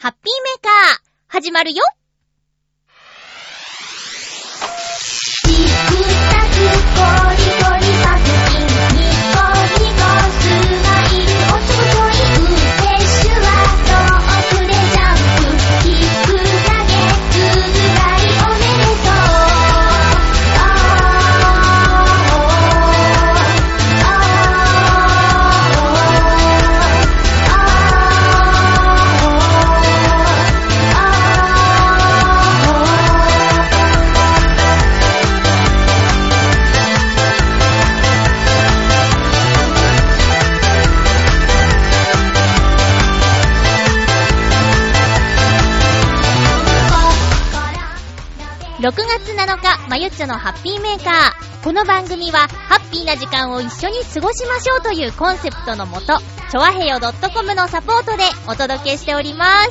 ハッピーメーカー始まるよ。6月7日、まゆっちょのハッピーメーカー。この番組は、ハッピーな時間を一緒に過ごしましょうというコンセプトのもと、ちょわへよ .com のサポートでお届けしております。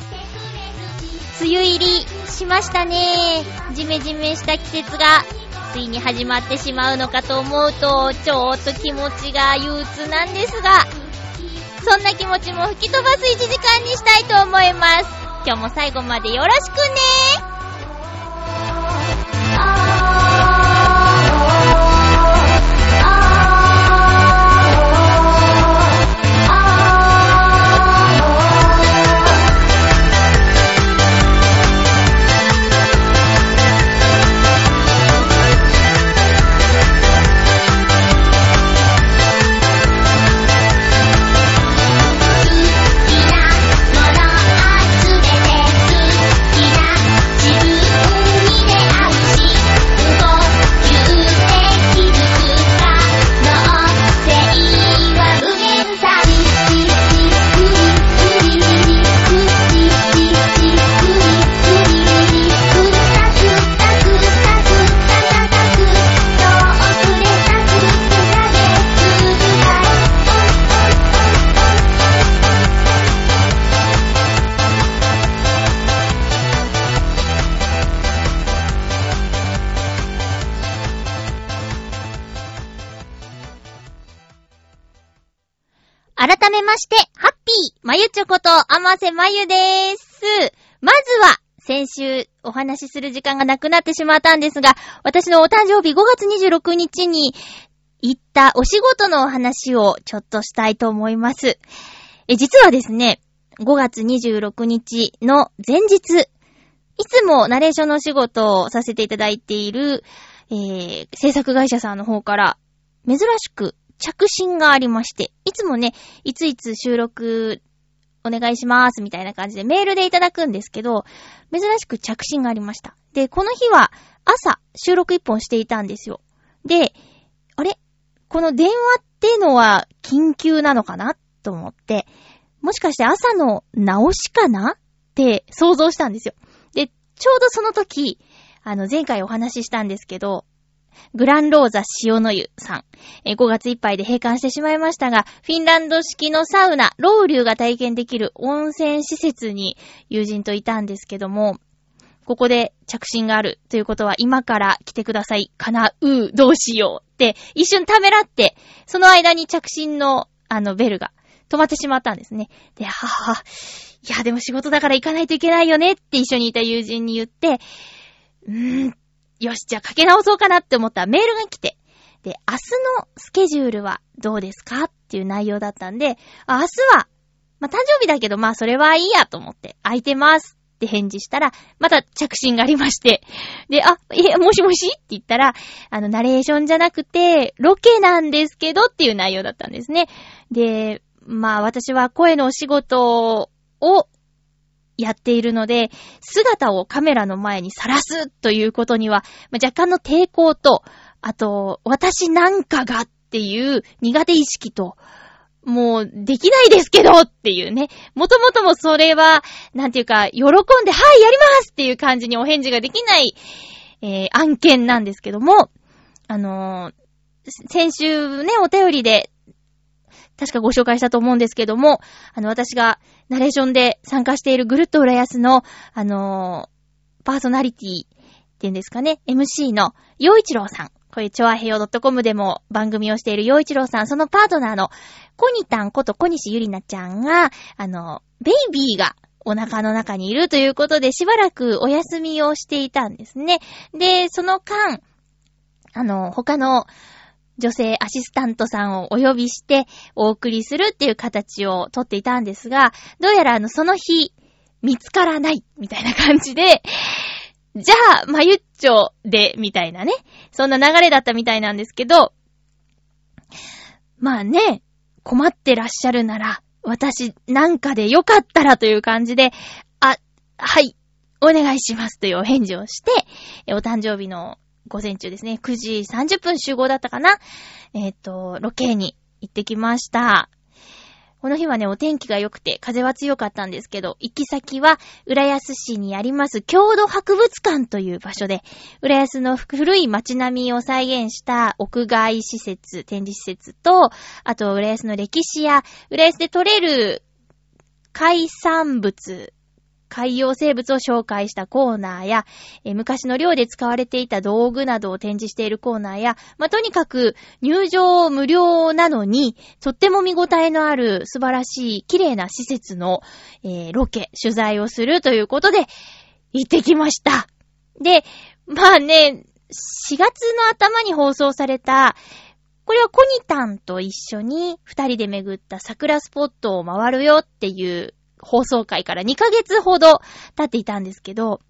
梅雨入りしましたね。ジメジメした季節が、ついに始まってしまうのかと思うと、ちょっと気持ちが憂鬱なんですが、そんな気持ちも吹き飛ばす1時間にしたいと思います。今日も最後までよろしくね。改めまして、ハッピーまゆちょことあませまゆです。まずは、先週お話しする時間がなくなってしまったんですが、私のお誕生日5月26日に行ったお仕事のお話をちょっとしたいと思います。実はですね、5月26日の前日、いつもナレーションのお仕事をさせていただいている、制作会社さんの方から珍しく着信がありまして、いつもね、いついつ収録お願いしますみたいな感じでメールでいただくんですけど、珍しく着信がありました。で、この日は朝収録1本していたんですよ。で、あれ？この電話ってのは緊急なのかなと思って、もしかして朝の直しかなって想像したんですよ。で、ちょうどその時、前回お話ししたんですけど、グランローザ塩の湯さん、5月いっぱいで閉館してしまいましたが、フィンランド式のサウナ、ロウリュが体験できる温泉施設に友人といたんですけども、ここで着信があるということは、今から来てください、かなう、どうしようって一瞬ためらって、その間に着信のベルが止まってしまったんですね。で、いやでも仕事だから行かないといけないよねって一緒にいた友人に言って、よし、じゃあかけ直そうかなって思ったらメールが来て、で、明日のスケジュールはどうですかっていう内容だったんで、明日は、誕生日だけどそれはいいやと思って、空いてますって返事したら、また着信がありまして、で、もしもしって言ったら、ナレーションじゃなくて、ロケなんですけどっていう内容だったんですね。で、私は声のお仕事をやっているので、姿をカメラの前にさらすということには、若干の抵抗と、あと、私なんかがっていう苦手意識と、もうできないですけどっていうね。もともともそれは、なんていうか、喜んで、はい、やりますっていう感じにお返事ができない、案件なんですけども、先週ね、お便りで、確かご紹介したと思うんですけども、私がナレーションで参加しているぐるっと浦安の、パーソナリティっていうんですかね、MC の陽一郎さん。こういうちょわへよ .com でも番組をしている陽一郎さん、そのパートナーのコニタンこと小西ゆりなちゃんが、ベイビーがおお腹の中にいるということでしばらくお休みをしていたんですね。で、その間、他の女性アシスタントさんをお呼びしてお送りするっていう形をとっていたんですが、どうやらその日見つからないみたいな感じで、じゃあまゆっちょでみたいなね、そんな流れだったみたいなんですけど、まあね、困ってらっしゃるなら私なんかでよかったらという感じで、はい、お願いしますというお返事をして、お誕生日の午前中ですね、9時30分集合だったかな。ロケに行ってきました。この日はね、お天気が良くて、風は強かったんですけど、行き先は、浦安市にあります郷土博物館という場所で、浦安の古い街並みを再現した屋外施設、展示施設と、あと、浦安の歴史や、浦安で採れる海産物、海洋生物を紹介したコーナーや、昔の漁で使われていた道具などを展示しているコーナーや、とにかく入場無料なのに、とっても見応えのある素晴らしい綺麗な施設の、ロケ、取材をするということで、行ってきました。で、4月の頭に放送された、これはコニタンと一緒に2人で巡った桜スポットを回るよっていう放送回から2ヶ月ほど経っていたんですけど、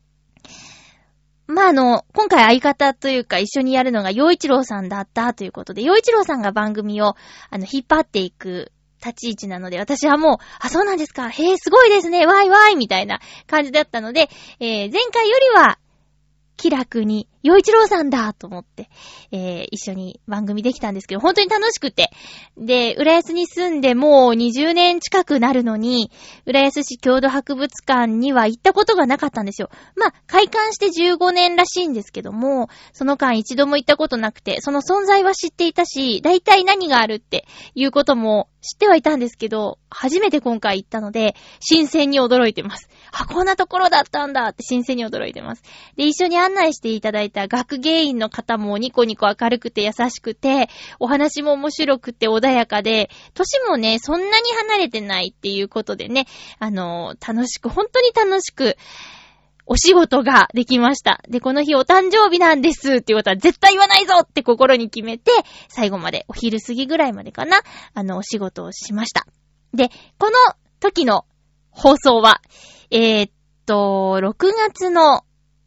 今回相方というか一緒にやるのが陽一郎さんだったということで、陽一郎さんが番組を引っ張っていく立ち位置なので、私はもう、そうなんですか、すごいですね、わいわいみたいな感じだったので、前回よりは気楽に陽一郎さんだと思って、一緒に番組できたんですけど、本当に楽しくて。で、浦安に住んでもう20年近くなるのに、浦安市郷土博物館には行ったことがなかったんですよ。開館して15年らしいんですけども、その間一度も行ったことなくて、その存在は知っていたし、大体何があるっていうことも知ってはいたんですけど、初めて今回行ったので、新鮮に驚いてます。こんなところだったんだって新鮮に驚いてます。で、一緒に案内していただいた学芸員の方もニコニコ明るくて優しくて、お話も面白くて穏やかで、年もね、そんなに離れてないっていうことでね、楽しく、本当に楽しく、お仕事ができました。で、この日お誕生日なんですっていうことは絶対言わないぞって心に決めて、最後まで、お昼過ぎぐらいまでかな、お仕事をしました。で、この時の放送は、6月の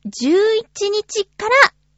11日から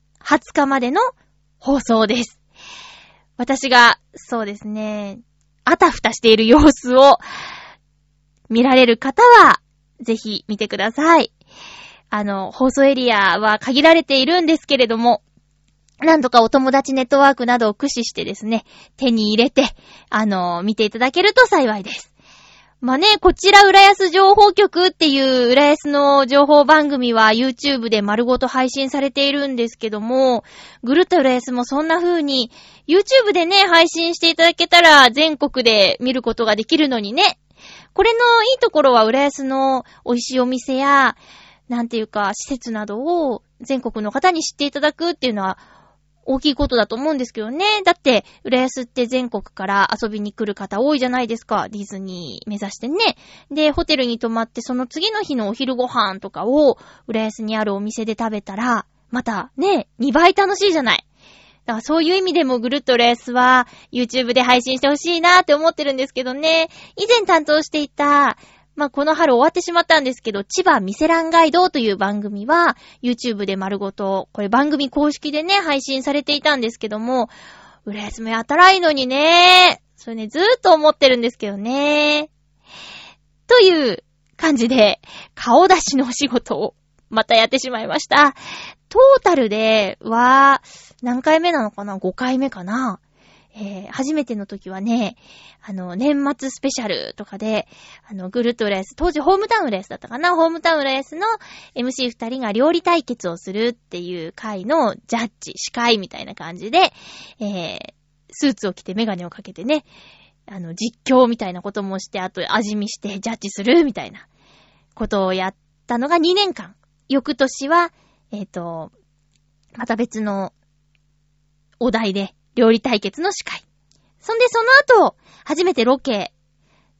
20日までの放送です。私が、そうですね、あたふたしている様子を見られる方は、ぜひ見てください。放送エリアは限られているんですけれども、なんとかお友達ネットワークなどを駆使してですね、手に入れて、見ていただけると幸いです。こちら浦安情報局っていう浦安の情報番組は YouTube で丸ごと配信されているんですけども、ぐるっと浦安もそんな風に YouTube でね、配信していただけたら全国で見ることができるのにね。これのいいところは浦安の美味しいお店や、なんていうか施設などを全国の方に知っていただくっていうのは大きいことだと思うんですけどね。だって浦安って全国から遊びに来る方多いじゃないですか。ディズニー目指してね。で、ホテルに泊まってその次の日のお昼ご飯とかを浦安にあるお店で食べたら、またね、2倍楽しいじゃない。だからそういう意味でもぐるっと浦安は YouTube で配信してほしいなって思ってるんですけどね。以前担当していたこの春終わってしまったんですけど、千葉ミセランガイドという番組は YouTube で丸ごと、これ番組公式でね、配信されていたんですけども、浦安もやたらいのにね、それね、ずーっと思ってるんですけどね。という感じで、顔出しのお仕事をまたやってしまいました。トータルでは、何回目なのかな ?5 回目かな。初めての時はね、年末スペシャルとかで、ぐるっと浦安、当時ホームタウン浦安だったかな、ホームタウン浦安の MC2 人が料理対決をするっていう回のジャッジ、司会みたいな感じで、スーツを着てメガネをかけてね、実況みたいなこともして、あと味見してジャッジするみたいなことをやったのが2年間。翌年は、また別のお題で、料理対決の司会。そんでその後、初めてロケ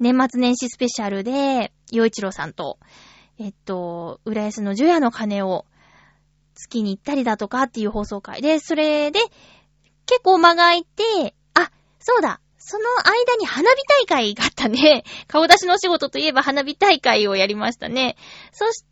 年末年始スペシャルで、陽一郎さんと、浦安の除夜の鐘を月に行ったりだとかっていう放送会で、それで結構間が空いて、そうだ、その間に花火大会があったね。顔出しのお仕事といえば花火大会をやりましたね。そして、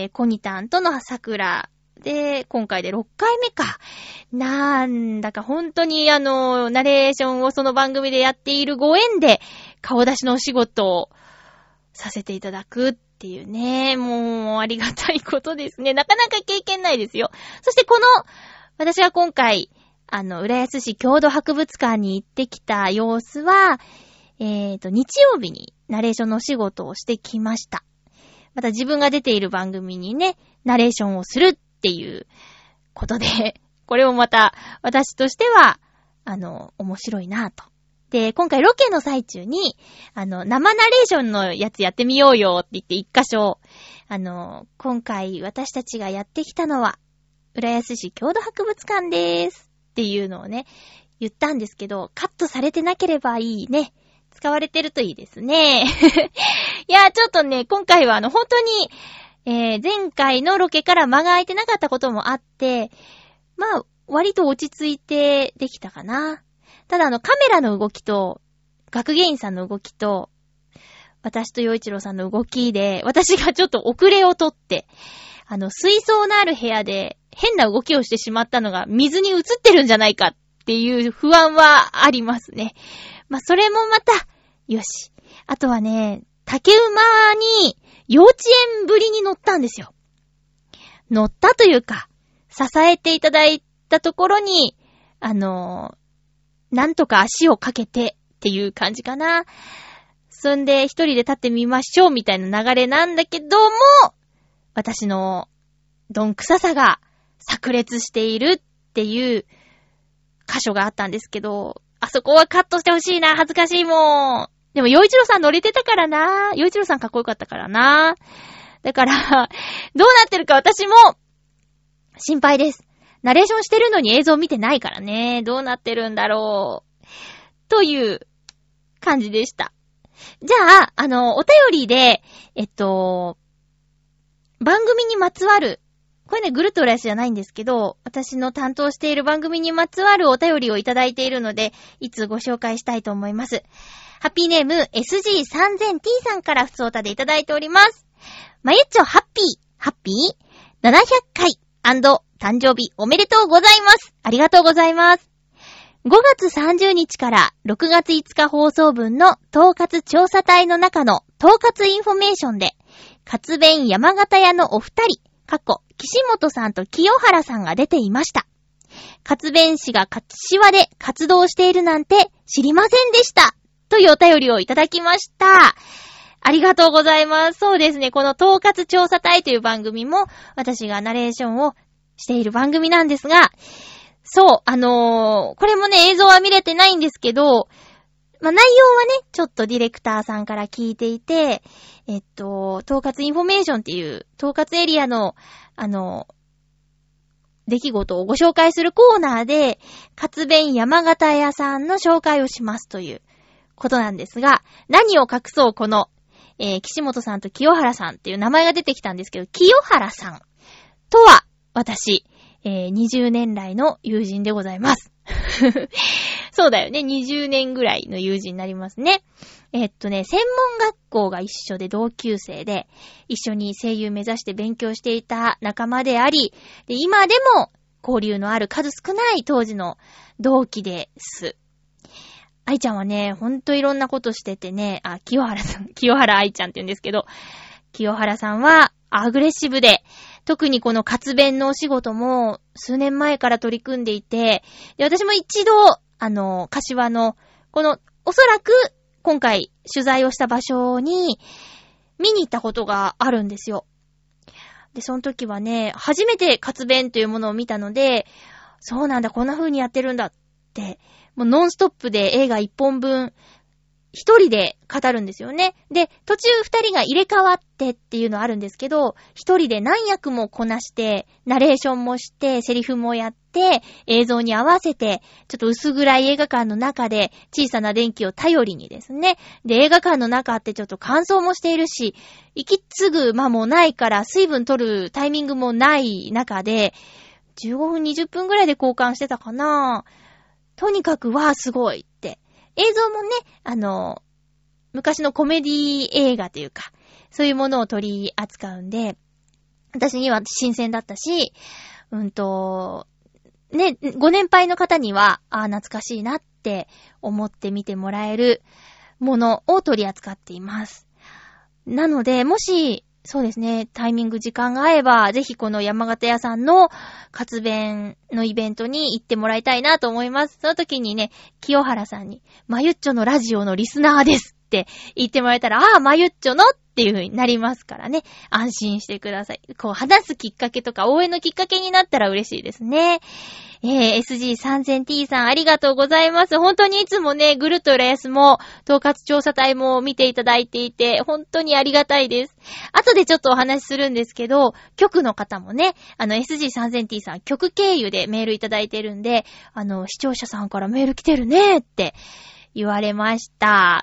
コニタンとの桜で、今回で6回目か。なんだか本当にナレーションをその番組でやっているご縁で、顔出しのお仕事をさせていただくっていうね、もうありがたいことですね。なかなか経験ないですよ。そして私は今回、浦安市郷土博物館に行ってきた様子は、日曜日にナレーションのお仕事をしてきました。また自分が出ている番組にね、ナレーションをするっていうことで、これもまた私としては、面白いなぁと。で、今回ロケの最中に、生ナレーションのやつやってみようよって言って一箇所、今回私たちがやってきたのは、浦安市郷土博物館です。っていうのをね、言ったんですけど、カットされてなければいいね。使われてるといいですね。いや、ちょっとね、今回は本当に、前回のロケから間が空いてなかったこともあって、まあ、割と落ち着いてできたかな。ただカメラの動きと、学芸員さんの動きと、私と陽一郎さんの動きで、私がちょっと遅れをとって、水槽のある部屋で変な動きをしてしまったのが水に映ってるんじゃないかっていう不安はありますね。まあ、それもまた、よし。あとはね、竹馬に幼稚園ぶりに乗ったんですよ。乗ったというか、支えていただいたところに、なんとか足をかけてっていう感じかな。そんで一人で立ってみましょうみたいな流れなんだけども、私のどんくささが炸裂しているっていう箇所があったんですけど、あそこはカットしてほしいな、恥ずかしいもん。でも、陽一郎さん乗れてたからな。陽一郎さんかっこよかったからな。だから、どうなってるか私も心配です。ナレーションしてるのに映像見てないからね。どうなってるんだろう。という感じでした。じゃあ、お便りで、番組にまつわる、これね、ぐるっと浦安じゃないんですけど、私の担当している番組にまつわるお便りをいただいているので、いつご紹介したいと思います。ハッピーネーム SG3000T さんからふつおたでいただいております。まゆっちょハッピー700回&誕生日おめでとうございます。ありがとうございます。5月30日から6月5日放送分の統括調査隊の中の統括インフォメーションで、活弁山形屋のお二人、岸本さんと清原さんが出ていました。活弁士が柏で活動しているなんて知りませんでした。というお便りをいただきました。ありがとうございます。そうですね、この統括調査隊という番組も私がナレーションをしている番組なんですが、そう、これもね、映像は見れてないんですけど、まあ、内容はね、ちょっとディレクターさんから聞いていて、統括インフォメーションっていう、統括エリアの、出来事をご紹介するコーナーで、活弁山形屋さんの紹介をしますということなんですが、何を隠そうこの、岸本さんと清原さんっていう名前が出てきたんですけど、清原さんとは、私、20年来の友人でございます。そうだよね。20年ぐらいの友人になりますね。専門学校が一緒で同級生で、一緒に声優目指して勉強していた仲間であり、で今でも交流のある数少ない当時の同期です。愛ちゃんはね、ほんといろんなことしててね、清原愛ちゃんって言うんですけど、清原さんはアグレッシブで、特にこの活弁のお仕事も数年前から取り組んでいて、で私も一度、柏の、おそらく今回取材をした場所に見に行ったことがあるんですよ。で、その時はね、初めて活弁というものを見たので、そうなんだ、こんな風にやってるんだって、もうノンストップで映画1本分一人で語るんですよね。で、途中二人が入れ替わってっていうのあるんですけど、一人で何役もこなして、ナレーションもして、セリフもやって、映像に合わせて、ちょっと薄暗い映画館の中で小さな電気を頼りにですね。で、映画館の中ってちょっと乾燥もしているし、息継ぐ間もないから水分取るタイミングもない中で、15分20分ぐらいで交換してたかな。とにかくすごいって。映像もね、昔のコメディ映画というか、そういうものを取り扱うんで、私には新鮮だったし、ね、ご年配の方には、懐かしいなって思って見てもらえるものを取り扱っています。なので、もし、そうですね、タイミング時間が合えば、ぜひこの山形屋さんの活弁のイベントに行ってもらいたいなと思います。その時にね、清原さんに、まゆっちょのラジオのリスナーですって言ってもらえたら、まゆっちょのっていう風になりますからね。安心してください。話すきっかけとか応援のきっかけになったら嬉しいですね。SG3000T さんありがとうございます。本当にいつもね、ぐるっと浦安も、統括調査隊も見ていただいていて、本当にありがたいです。後でちょっとお話しするんですけど、局の方もね、SG3000T さん局経由でメールいただいてるんで、視聴者さんからメール来てるねって言われました。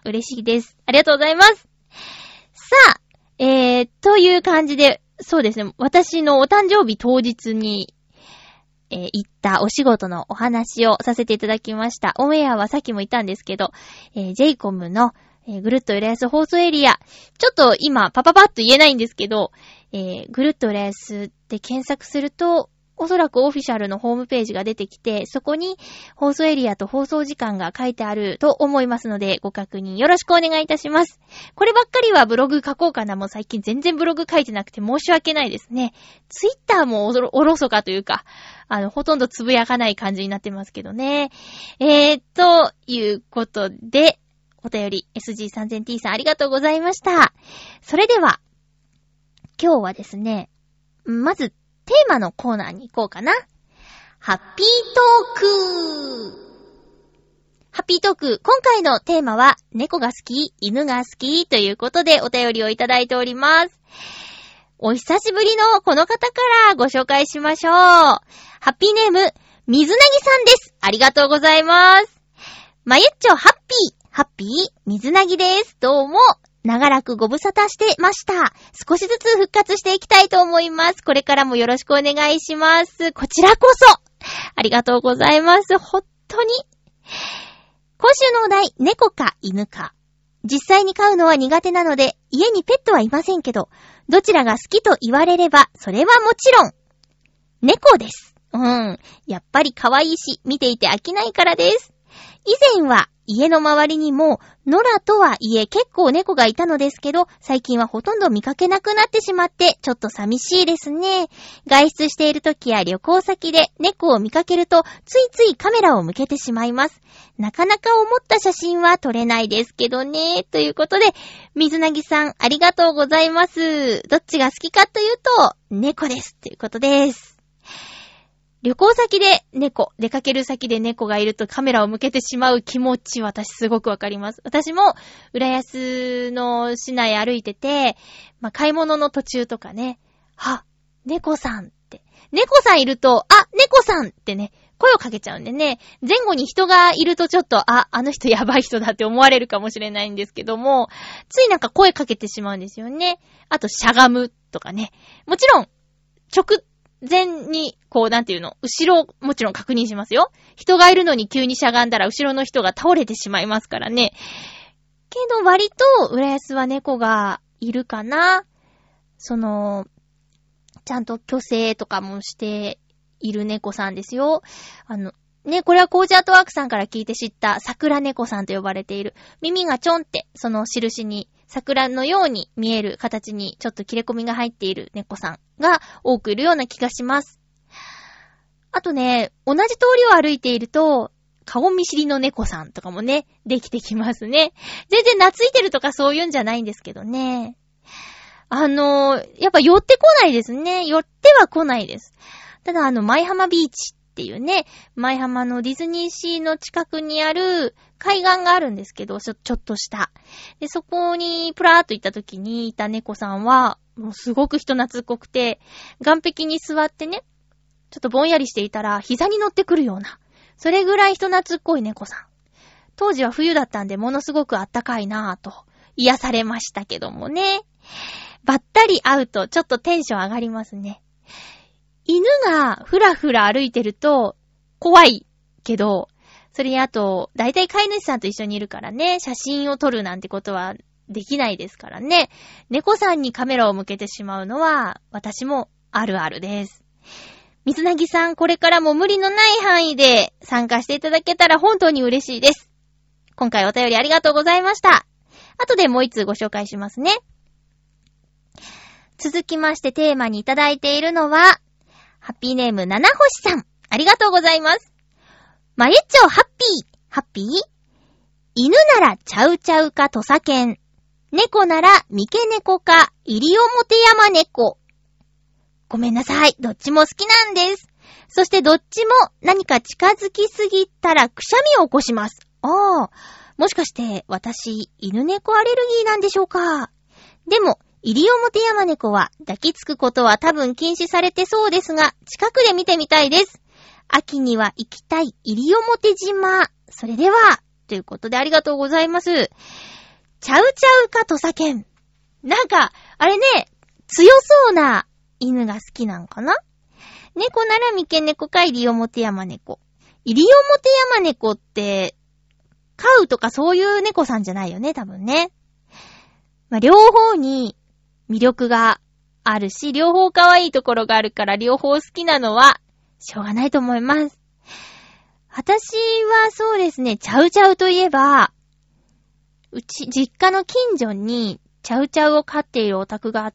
嬉しいです。ありがとうございます。さあ、という感じで、そうですね、私のお誕生日当日に、行ったお仕事のお話をさせていただきました。オンエアはさっきも言ったんですけど、JCOM の、ぐるっと浦安放送エリア、ちょっと今パパッと言えないんですけど、ぐるっと浦安で検索すると、おそらくオフィシャルのホームページが出てきて、そこに放送エリアと放送時間が書いてあると思いますので、ご確認よろしくお願いいたします。こればっかりはブログ書こうかな。もう最近全然ブログ書いてなくて申し訳ないですね。ツイッターもおろそかというか、ほとんどつぶやかない感じになってますけどね。ということで、お便り SG3000T さんありがとうございました。それでは、今日はですね、まず、テーマのコーナーに行こうかな。ハッピートーク。ハッピートーク。今回のテーマは、猫が好き、犬が好きということでお便りをいただいております。お久しぶりのこの方からご紹介しましょう。ハッピーネーム、水なぎさんです。ありがとうございます。まゆっちょハッピー、水なぎです。どうも。長らくご無沙汰してました。少しずつ復活していきたいと思います。これからもよろしくお願いします。こちらこそありがとうございます。本当に。今週のお題、猫か犬か。実際に飼うのは苦手なので、家にペットはいませんけど、どちらが好きと言われれば、それはもちろん、猫です。やっぱり可愛いし、見ていて飽きないからです。以前は、家の周りにも、野良とはいえ結構猫がいたのですけど、最近はほとんど見かけなくなってしまって、ちょっと寂しいですね。外出している時や旅行先で猫を見かけると、ついついカメラを向けてしまいます。なかなか思った写真は撮れないですけどね。ということで、水なぎさんありがとうございます。どっちが好きかというと、猫です。ということです。旅行先で猫、出かける先で猫がいるとカメラを向けてしまう気持ち、私すごくわかります。私も浦安の市内歩いてて、買い物の途中とかね、猫さんって。猫さんいると、猫さんってね、声をかけちゃうんでね、前後に人がいるとちょっと、あの人やばい人だって思われるかもしれないんですけども、ついなんか声かけてしまうんですよね。あと、しゃがむとかね。もちろん、直前に、後ろをもちろん確認しますよ。人がいるのに急にしゃがんだら後ろの人が倒れてしまいますからね。けど割と浦安は猫がいるかな。ちゃんと去勢とかもしている猫さんですよ。これはコージアートワークさんから聞いて知った桜猫さんと呼ばれている。耳がちょんって、その印に桜のように見える形にちょっと切れ込みが入っている猫さんが多くいるような気がします。あとね、同じ通りを歩いていると、顔見知りの猫さんとかもね、できてきますね。全然懐いてるとかそういうんじゃないんですけどね。やっぱ寄ってこないですね。寄っては来ないです。ただ舞浜ビーチっていうね、舞浜のディズニーシーの近くにある海岸があるんですけど、ちょっとした。で、そこにプラーっと行った時にいた猫さんは、もうすごく人懐っこくて、岸壁に座ってね、ちょっとぼんやりしていたら膝に乗ってくるような、それぐらい人懐っこい猫さん。当時は冬だったんでものすごくあったかいなぁと癒されましたけどもね。ばったり会うとちょっとテンション上がりますね。犬がふらふら歩いてると怖いけど、それにあと、だいたい飼い主さんと一緒にいるからね、写真を撮るなんてことはできないですからね。猫さんにカメラを向けてしまうのは、私もあるあるです。水なぎさん、これからも無理のない範囲で参加していただけたら本当に嬉しいです。今回お便りありがとうございました。後でもう一通ご紹介しますね。続きましてテーマにいただいているのは、ハッピーネーム七星さん。ありがとうございます。まゆっちょハッピー。ハッピー？犬ならチャウチャウか土佐犬。猫なら三毛猫か西表山猫。ごめんなさい。どっちも好きなんです。そしてどっちも何か近づきすぎたらくしゃみを起こします。もしかして私犬猫アレルギーなんでしょうか？でも西表山猫は抱きつくことは多分禁止されてそうですが、近くで見てみたいです。秋には行きたい西表島。それでは、ということでありがとうございます。チャウチャウか土佐犬。なんか、あれね、強そうな犬が好きなんかな？猫なら三毛猫か西表山猫。西表山猫って、飼うとかそういう猫さんじゃないよね、多分ね。まあ、両方に魅力があるし、両方可愛いところがあるから、両方好きなのは、しょうがないと思います。私はそうですね、チャウチャウといえば、実家の近所にチャウチャウを飼っているお宅があって、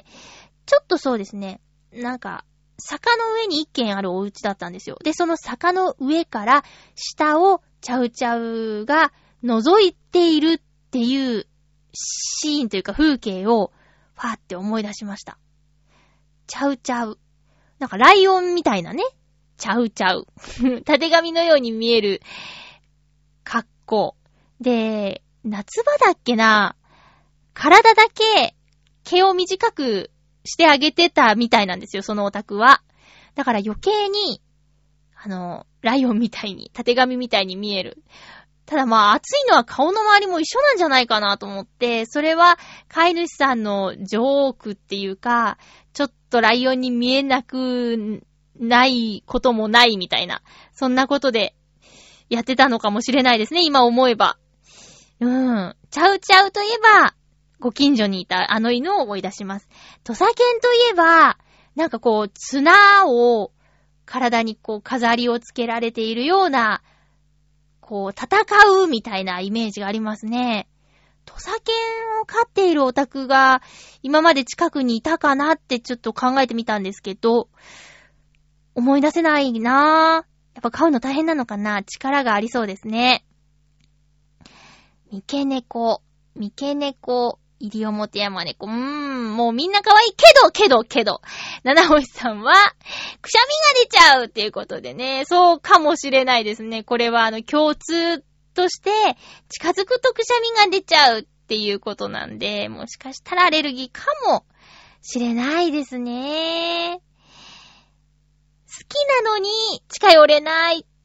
ちょっとそうですね、なんか、坂の上に一軒あるお家だったんですよ。で、その坂の上から下をチャウチャウが覗いているっていうシーンというか風景をファーって思い出しました。チャウチャウ。なんかライオンみたいなね。チャウチャウ。たてがみのように見える格好。で、夏場だっけな、体だけ毛を短くしてあげてたみたいなんですよ、そのオタクは。だから余計に、ライオンみたいに、たてがみみたいに見える。ただまあ暑いのは顔の周りも一緒なんじゃないかなと思って、それは飼い主さんのジョークっていうか、ちょっとライオンに見えなくないこともないみたいな、そんなことでやってたのかもしれないですね、今思えば。チャウチャウといえば、ご近所にいたあの犬を思い出します。土佐犬といえば、なんかこう、綱を体にこう飾りをつけられているような、こう、戦うみたいなイメージがありますね。土佐犬を飼っているオタクが今まで近くにいたかなってちょっと考えてみたんですけど、思い出せないなぁ。やっぱ飼うの大変なのかな？力がありそうですね。三毛猫、西表山猫。もうみんな可愛いけど、七星さんは、くしゃみが出ちゃうっていうことでね、そうかもしれないですね。これは共通として、近づくとくしゃみが出ちゃうっていうことなんで、もしかしたらアレルギーかもしれないですね。好きなのに近寄れないって、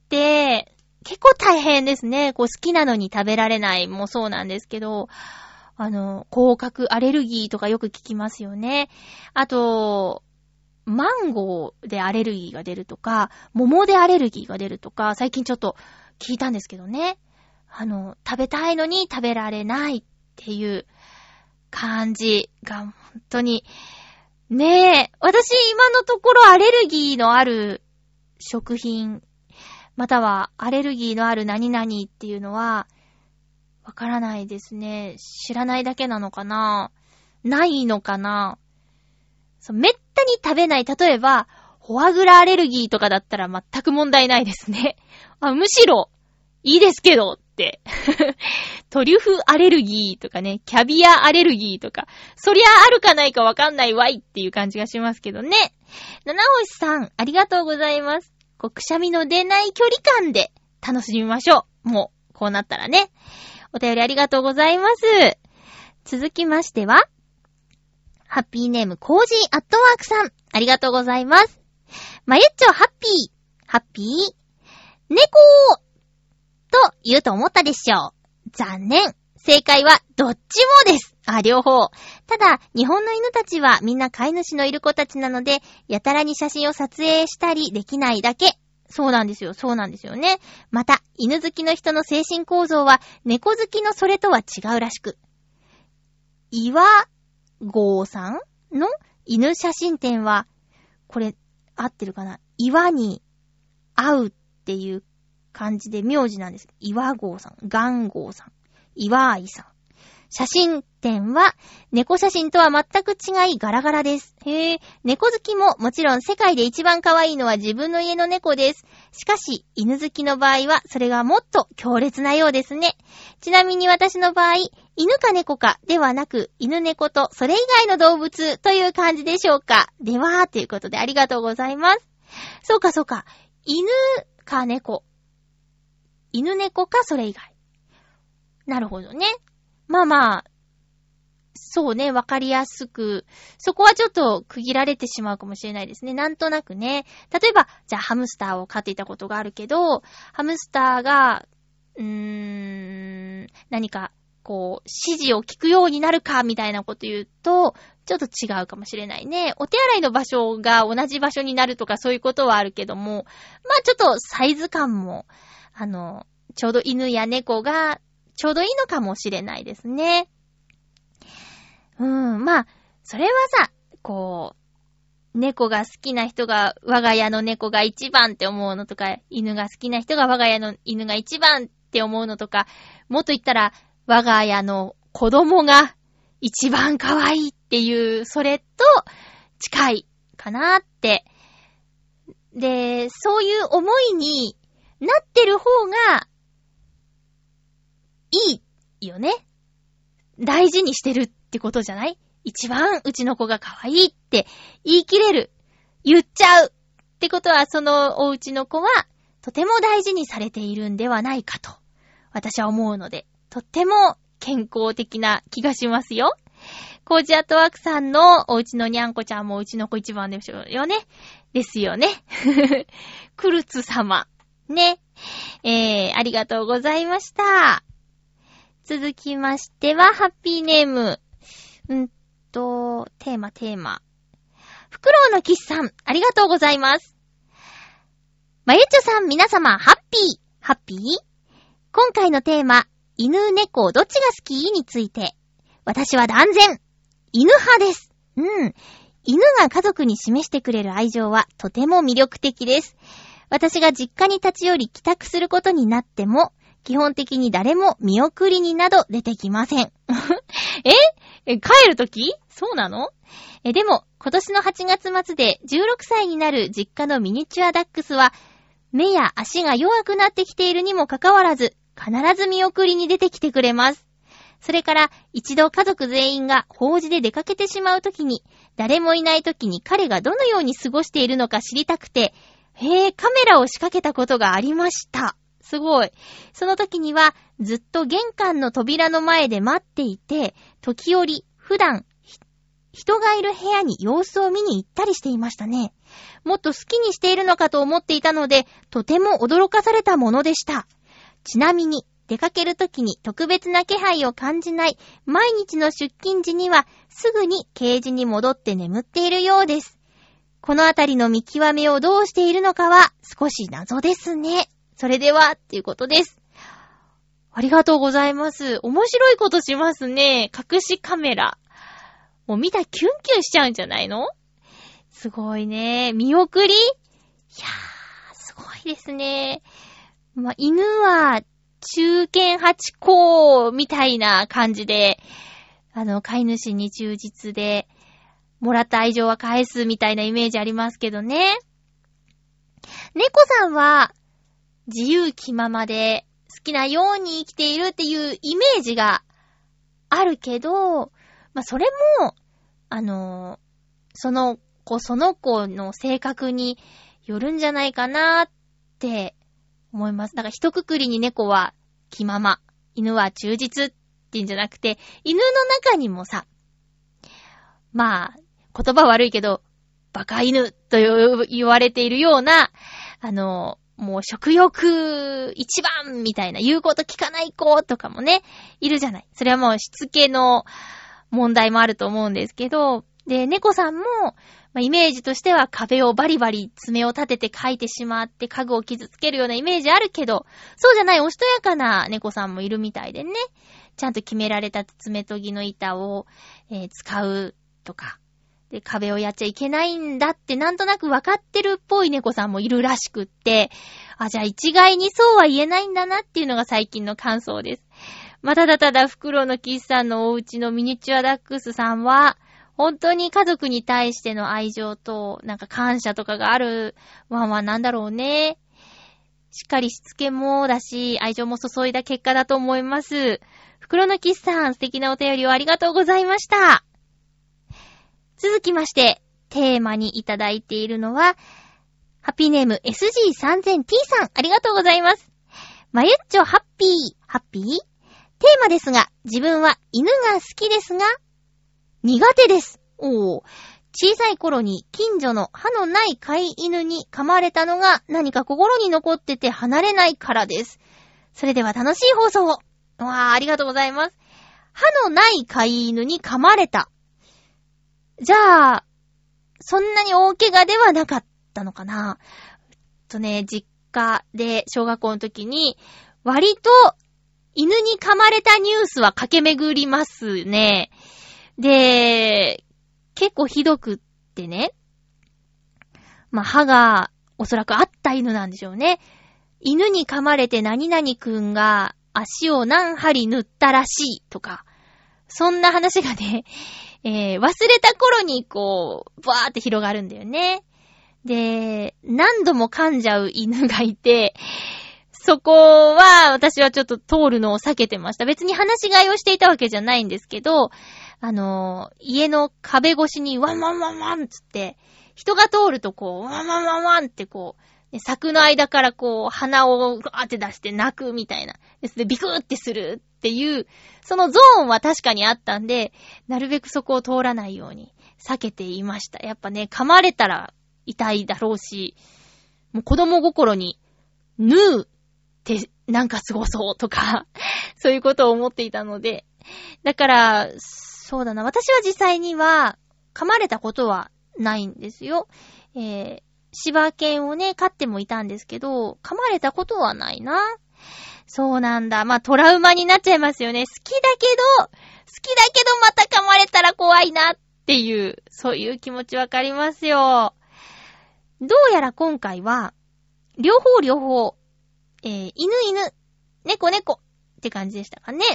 結構大変ですね。こう好きなのに食べられないもそうなんですけど、甲殻アレルギーとかよく聞きますよね。あと、マンゴーでアレルギーが出るとか、桃でアレルギーが出るとか、最近ちょっと聞いたんですけどね。食べたいのに食べられないっていう感じが本当に、ねえ、私今のところアレルギーのある食品、またはアレルギーのある何々っていうのは、わからないですね。知らないだけなのかな？ないのかな？めったに食べない。例えば、フォアグラアレルギーとかだったら全く問題ないですね。むしろ、いいですけどって。トリュフアレルギーとかね、キャビアアレルギーとか、そりゃあるかないかわかんないわいっていう感じがしますけどね。七星さん、ありがとうございます。くしゃみの出ない距離感で楽しみましょう。もう、 こうなったらね。お便りありがとうございます。続きましては、ハッピーネームコージーアットワークさん、ありがとうございます。まゆっちょハッピー猫と言うと思ったでしょう。残念。正解はどっちもです。両方。ただ、日本の犬たちはみんな飼い主のいる子たちなので、やたらに写真を撮影したりできないだけ。そうなんですよね。また、犬好きの人の精神構造は、猫好きのそれとは違うらしく。岩合さんの犬写真展は、これ、合ってるかな？岩に合うっていう感じで名字なんです。岩合さん、岩合さん、岩愛さん。写真展は猫写真とは全く違いガラガラです。猫好きももちろん世界で一番可愛いのは自分の家の猫です。しかし犬好きの場合はそれがもっと強烈なようですね。ちなみに私の場合、犬か猫かではなく犬猫とそれ以外の動物という感じでしょうか。ではということでありがとうございます。そうか。犬か猫。犬猫かそれ以外。なるほどね。まあ、そうね、わかりやすく、そこはちょっと区切られてしまうかもしれないですね。なんとなくね。例えば、じゃあハムスターを飼っていたことがあるけど、ハムスターが、何か、こう、指示を聞くようになるか、みたいなこと言うと、ちょっと違うかもしれないね。お手洗いの場所が同じ場所になるとかそういうことはあるけども、まあちょっとサイズ感も、ちょうど犬や猫が、ちょうどいいのかもしれないですね。まあ、それはさ、こう、猫が好きな人が我が家の猫が一番って思うのとか、犬が好きな人が我が家の犬が一番って思うのとか、もっと言ったら我が家の子供が一番可愛いっていう、それと近いかなって。で、そういう思いになってる方が、いいよね。大事にしてるってことじゃない？一番うちの子が可愛いって言い切れる。言っちゃう。ってことはそのお家の子はとても大事にされているんではないかと私は思うので、とっても健康的な気がしますよ。コージアットワークさんのお家のにゃんこちゃんもうちの子一番ですよね。ですよね。クルツ様。ね。ありがとうございました。続きましては、ハッピーネーム。テーマ。フクロウのキスさん、ありがとうございます。まゆちょさん、皆様、ハッピー今回のテーマ、犬猫どっちが好きについて。私は断然、犬派です。犬が家族に示してくれる愛情はとても魅力的です。私が実家に立ち寄り帰宅することになっても、基本的に誰も見送りになど出てきません。帰るとき？そうなの？でも、今年の8月末で16歳になる実家のミニチュアダックスは、目や足が弱くなってきているにもかかわらず、必ず見送りに出てきてくれます。それから、一度家族全員が法事で出かけてしまうときに、誰もいないときに彼がどのように過ごしているのか知りたくて、カメラを仕掛けたことがありました。すごい。その時にはずっと玄関の扉の前で待っていて、時折普段人がいる部屋に様子を見に行ったりしていましたね。もっと好きにしているのかと思っていたので、とても驚かされたものでした。ちなみに出かける時に特別な気配を感じない毎日の出勤時にはすぐにケージに戻って眠っているようです。このあたりの見極めをどうしているのかは少し謎ですね。それでは、っていうことです。ありがとうございます。面白いことしますね。隠しカメラ。もう見たらキュンキュンしちゃうんじゃないの？すごいね。見送り？いやー、すごいですね。まあ、犬は中堅八公みたいな感じで、飼い主に忠実で、もらった愛情は返すみたいなイメージありますけどね。猫さんは、自由気ままで好きなように生きているっていうイメージがあるけど、まあ、それも、その子の性格によるんじゃないかなって思います。だから一括りに猫は気まま、犬は忠実っていうんじゃなくて、犬の中にもさ、まあ、言葉悪いけど、バカ犬と言われているような、もう食欲一番みたいな、言うこと聞かない子とかもね、いるじゃない。それはもうしつけの問題もあると思うんですけど、で、猫さんも、イメージとしては壁をバリバリ爪を立てて描いてしまって家具を傷つけるようなイメージあるけど、そうじゃないおしとやかな猫さんもいるみたいでね、ちゃんと決められた爪研ぎの板を、使うとか、で、壁をやっちゃいけないんだってなんとなく分かってるっぽい猫さんもいるらしくって、じゃあ一概にそうは言えないんだなっていうのが最近の感想です。ただただフクロウのキスさんのお家のミニチュアダックスさんは、本当に家族に対しての愛情と、なんか感謝とかがあるワンワンなんだろうね。しっかりしつけもだし、愛情も注いだ結果だと思います。フクロウのキスさん、素敵なお便りをありがとうございました。続きまして、テーマにいただいているのは、ハッピーネーム SG3000T さん、ありがとうございます。まゆっちょハッピー、ハッピー？テーマですが、自分は犬が好きですが、苦手です。小さい頃に近所の歯のない飼い犬に噛まれたのが何か心に残ってて離れないからです。それでは楽しい放送を。ありがとうございます。歯のない飼い犬に噛まれた。じゃあ、そんなに大怪我ではなかったのかな。実家で小学校の時に、割と犬に噛まれたニュースは駆け巡りますね。で、結構ひどくってね。歯がおそらくあった犬なんでしょうね。犬に噛まれて何々くんが足を何針縫ったらしいとか、そんな話がね、忘れた頃にこう、バーって広がるんだよね。で、何度も噛んじゃう犬がいて、そこは私はちょっと通るのを避けてました。別に話し飼いをしていたわけじゃないんですけど、家の壁越しにワンワンワンワンつって、人が通るとこう、ワンワンワンワンってこう、柵の間からこう、鼻をガーって出して泣くみたいな。で、ビクーってするっていう、そのゾーンは確かにあったんで、なるべくそこを通らないように避けていました。やっぱね、噛まれたら痛いだろうし、もう子供心に、縫うってなんかすごそうとか、そういうことを思っていたので、だから、そうだな、私は実際には噛まれたことはないんですよ。柴犬をね、飼ってもいたんですけど、噛まれたことはないな。そうなんだ。トラウマになっちゃいますよね。好きだけどまた噛まれたら怖いなっていう、そういう気持ちわかりますよ。どうやら今回は、両方、犬、猫って感じでしたかね。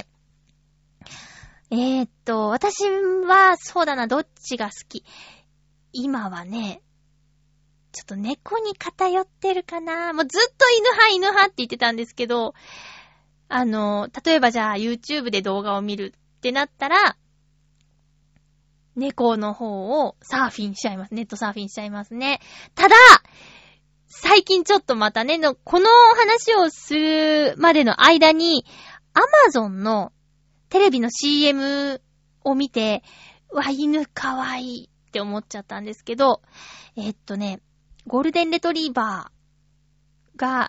私は、そうだな、どっちが好き。今はね、ちょっと猫に偏ってるかな。もうずっと犬派って言ってたんですけど、例えばじゃあ YouTube で動画を見るってなったら、猫の方をサーフィンしちゃいます。ネットサーフィンしちゃいますね。ただ、最近ちょっとまたね、この話をするまでの間に、Amazon のテレビの CM を見て、犬かわいいって思っちゃったんですけど、ゴールデンレトリーバーが、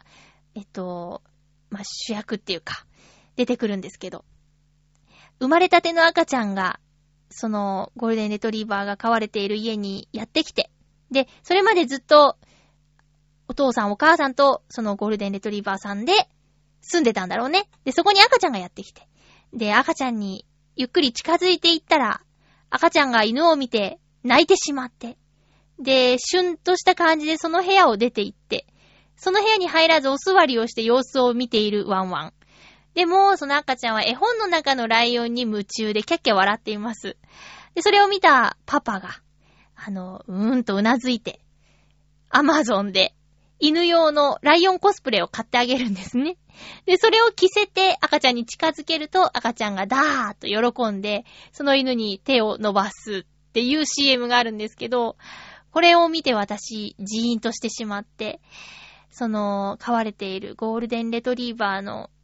主役っていうか、出てくるんですけど、生まれたての赤ちゃんが、そのゴールデンレトリーバーが飼われている家にやってきて、で、それまでずっと、お父さんお母さんとそのゴールデンレトリーバーさんで住んでたんだろうね。で、そこに赤ちゃんがやってきて、で、赤ちゃんにゆっくり近づいていったら、赤ちゃんが犬を見て泣いてしまって、で、シュンとした感じでその部屋を出て行って、その部屋に入らずお座りをして様子を見ているワンワン。でも、その赤ちゃんは絵本の中のライオンに夢中でキャッキャ笑っています。で、それを見たパパが、とうなずいて、Amazon で犬用のライオンコスプレを買ってあげるんですね。で、それを着せて赤ちゃんに近づけると赤ちゃんがダーッと喜んで、その犬に手を伸ばすっていう CM があるんですけど、これを見て私、ジーンとしてしまって、飼われているゴールデンレトリーバーの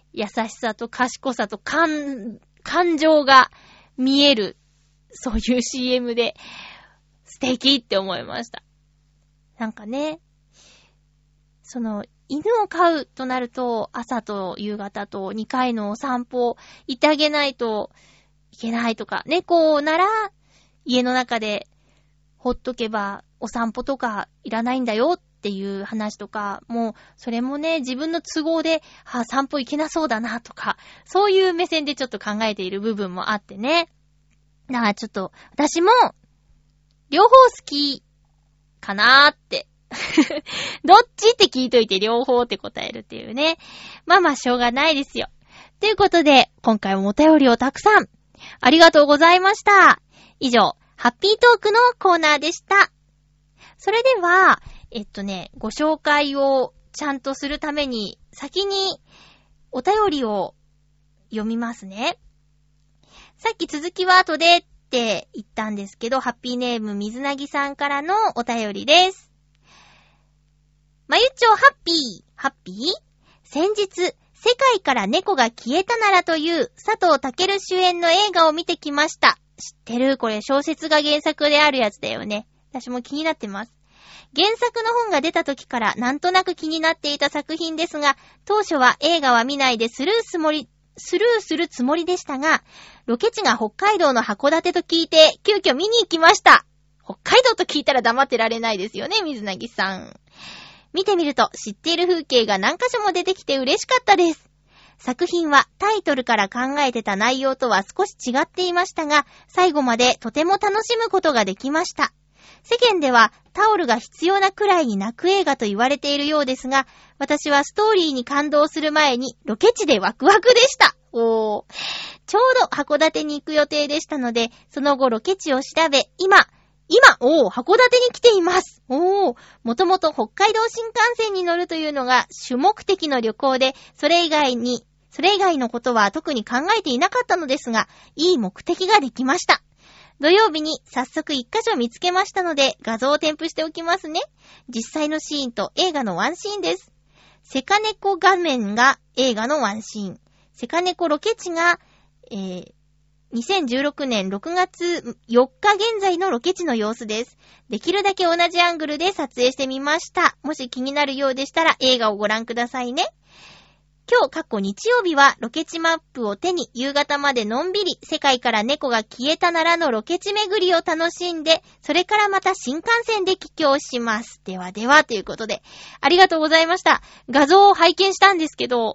優しさと賢さと感情が見える、そういう CM で素敵って思いました。なんかね、その犬を飼うとなると朝と夕方と2回のお散歩行ってあげないといけないとか、猫なら家の中でほっとけばお散歩とかいらないんだよっていう話とか、もうそれもね、自分の都合で散歩行けなそうだなとか、そういう目線でちょっと考えている部分もあってね。だからちょっと私も両方好きかなーってどっちって聞いといて両方って答えるっていうね。まあしょうがないですよ。ということで今回もお便りをたくさんありがとうございました。以上、ハッピートークのコーナーでした。それではご紹介をちゃんとするために先にお便りを読みますね。さっき続きは後でって言ったんですけど、ハッピーネーム水なぎさんからのお便りです。まゆっちょハッピー先日、世界から猫が消えたならという佐藤健主演の映画を見てきました。知ってる？これ小説が原作であるやつだよね。私も気になってます。原作の本が出た時からなんとなく気になっていた作品ですが、当初は映画は見ないでスルーするつもりでしたが、ロケ地が北海道の函館と聞いて急遽見に行きました。北海道と聞いたら黙ってられないですよね、水なぎさん。見てみると知っている風景が何箇所も出てきて嬉しかったです。作品はタイトルから考えてた内容とは少し違っていましたが、最後までとても楽しむことができました。世間ではタオルが必要なくらいに泣く映画と言われているようですが、私はストーリーに感動する前にロケ地でワクワクでした。ちょうど函館に行く予定でしたので、その後ロケ地を調べ、今、函館に来ています。もともと北海道新幹線に乗るというのが主目的の旅行で、それ以外のことは特に考えていなかったのですが、いい目的ができました。土曜日に早速一箇所見つけましたので、画像を添付しておきますね。実際のシーンと映画のワンシーンです。セカネコ画面が映画のワンシーン。セカネコロケ地が、2016年6月4日現在のロケ地の様子です。できるだけ同じアングルで撮影してみました。もし気になるようでしたら映画をご覧くださいね。今日日曜日はロケ地マップを手に夕方までのんびり世界から猫が消えたならのロケ地巡りを楽しんで、それからまた新幹線で帰郷します。ではではということで、ありがとうございました。画像を拝見したんですけど、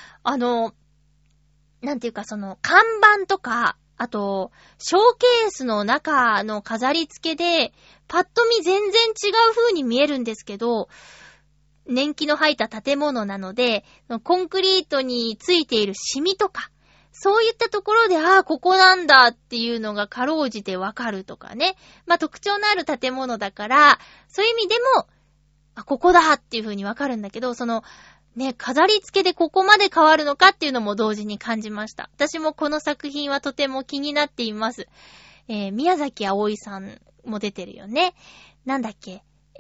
なんていうかその看板とか、あと、ショーケースの中の飾り付けで、パッと見全然違う風に見えるんですけど、年季の入った建物なので、コンクリートについているシミとか、そういったところで、ここなんだっていうのがかろうじてわかるとかね。特徴のある建物だから、そういう意味でも、ここだっていう風にわかるんだけど、飾り付けでここまで変わるのかっていうのも同時に感じました。私もこの作品はとても気になっています。宮崎あおいさんも出てるよね。なんだっけ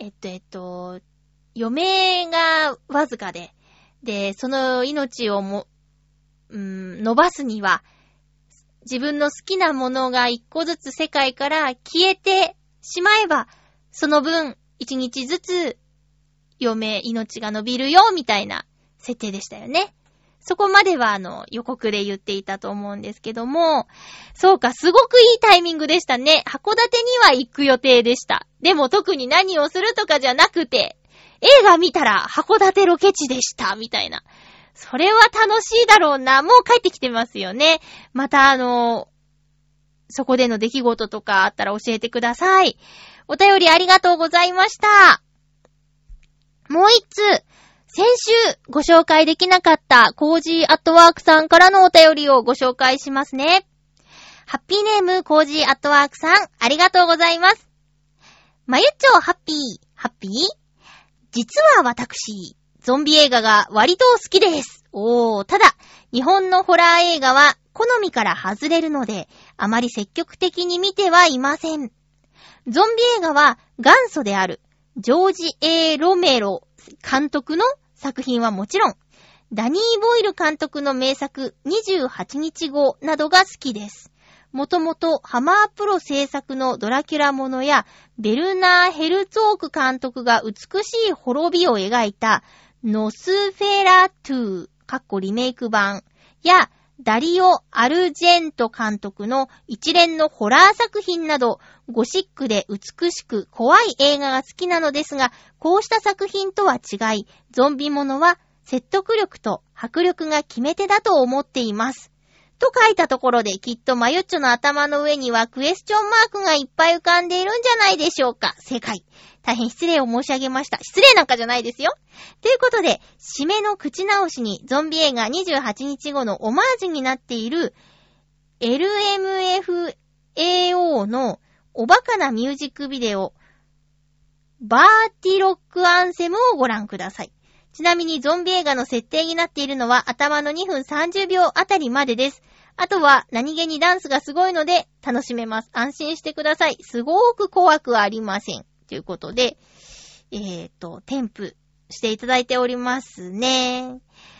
余命がわずかで、その命を伸ばすには、自分の好きなものが一個ずつ世界から消えてしまえば、その分一日ずつ命が伸びるよ、みたいな設定でしたよね。そこまでは予告で言っていたと思うんですけども、そうか、すごくいいタイミングでしたね。函館には行く予定でした。でも特に何をするとかじゃなくて、映画見たら函館ロケ地でした、みたいな。それは楽しいだろうな。もう帰ってきてますよね。またそこでの出来事とかあったら教えてください。お便りありがとうございました。もう一つ、先週ご紹介できなかったコージーアットワークさんからのお便りをご紹介しますね。ハッピーネームコージーアットワークさん、ありがとうございます。まゆっちょハッピー実は私、ゾンビ映画が割と好きです。ただ、日本のホラー映画は好みから外れるので、あまり積極的に見てはいません。ゾンビ映画は元祖であるジョージ・A・ロメロ監督の作品はもちろん、 ダニー・ボイル監督の名作28日後などが好きです。もともとハマープロ制作のドラキュラものやベルナー・ヘルツォーク監督が美しい滅びを描いたノスフェラトゥーリメイク版やダリオ・アルジェント監督の一連のホラー作品などゴシックで美しく怖い映画が好きなのですが、こうした作品とは違い、ゾンビものは説得力と迫力が決め手だと思っています。と書いたところで、きっとマユッチョの頭の上にはクエスチョンマークがいっぱい浮かんでいるんじゃないでしょうか。正解。大変失礼を申し上げました。失礼なんかじゃないですよ。ということで、締めの口直しにゾンビ映画28日後のオマージュになっている LMFAO のおバカなミュージックビデオバーティロックアンセムをご覧ください。ちなみにゾンビ映画の設定になっているのは頭の2分30秒あたりまでです。あとは何気にダンスがすごいので楽しめます。安心してください。すごく怖くありません。ということで、添付していただいておりますね。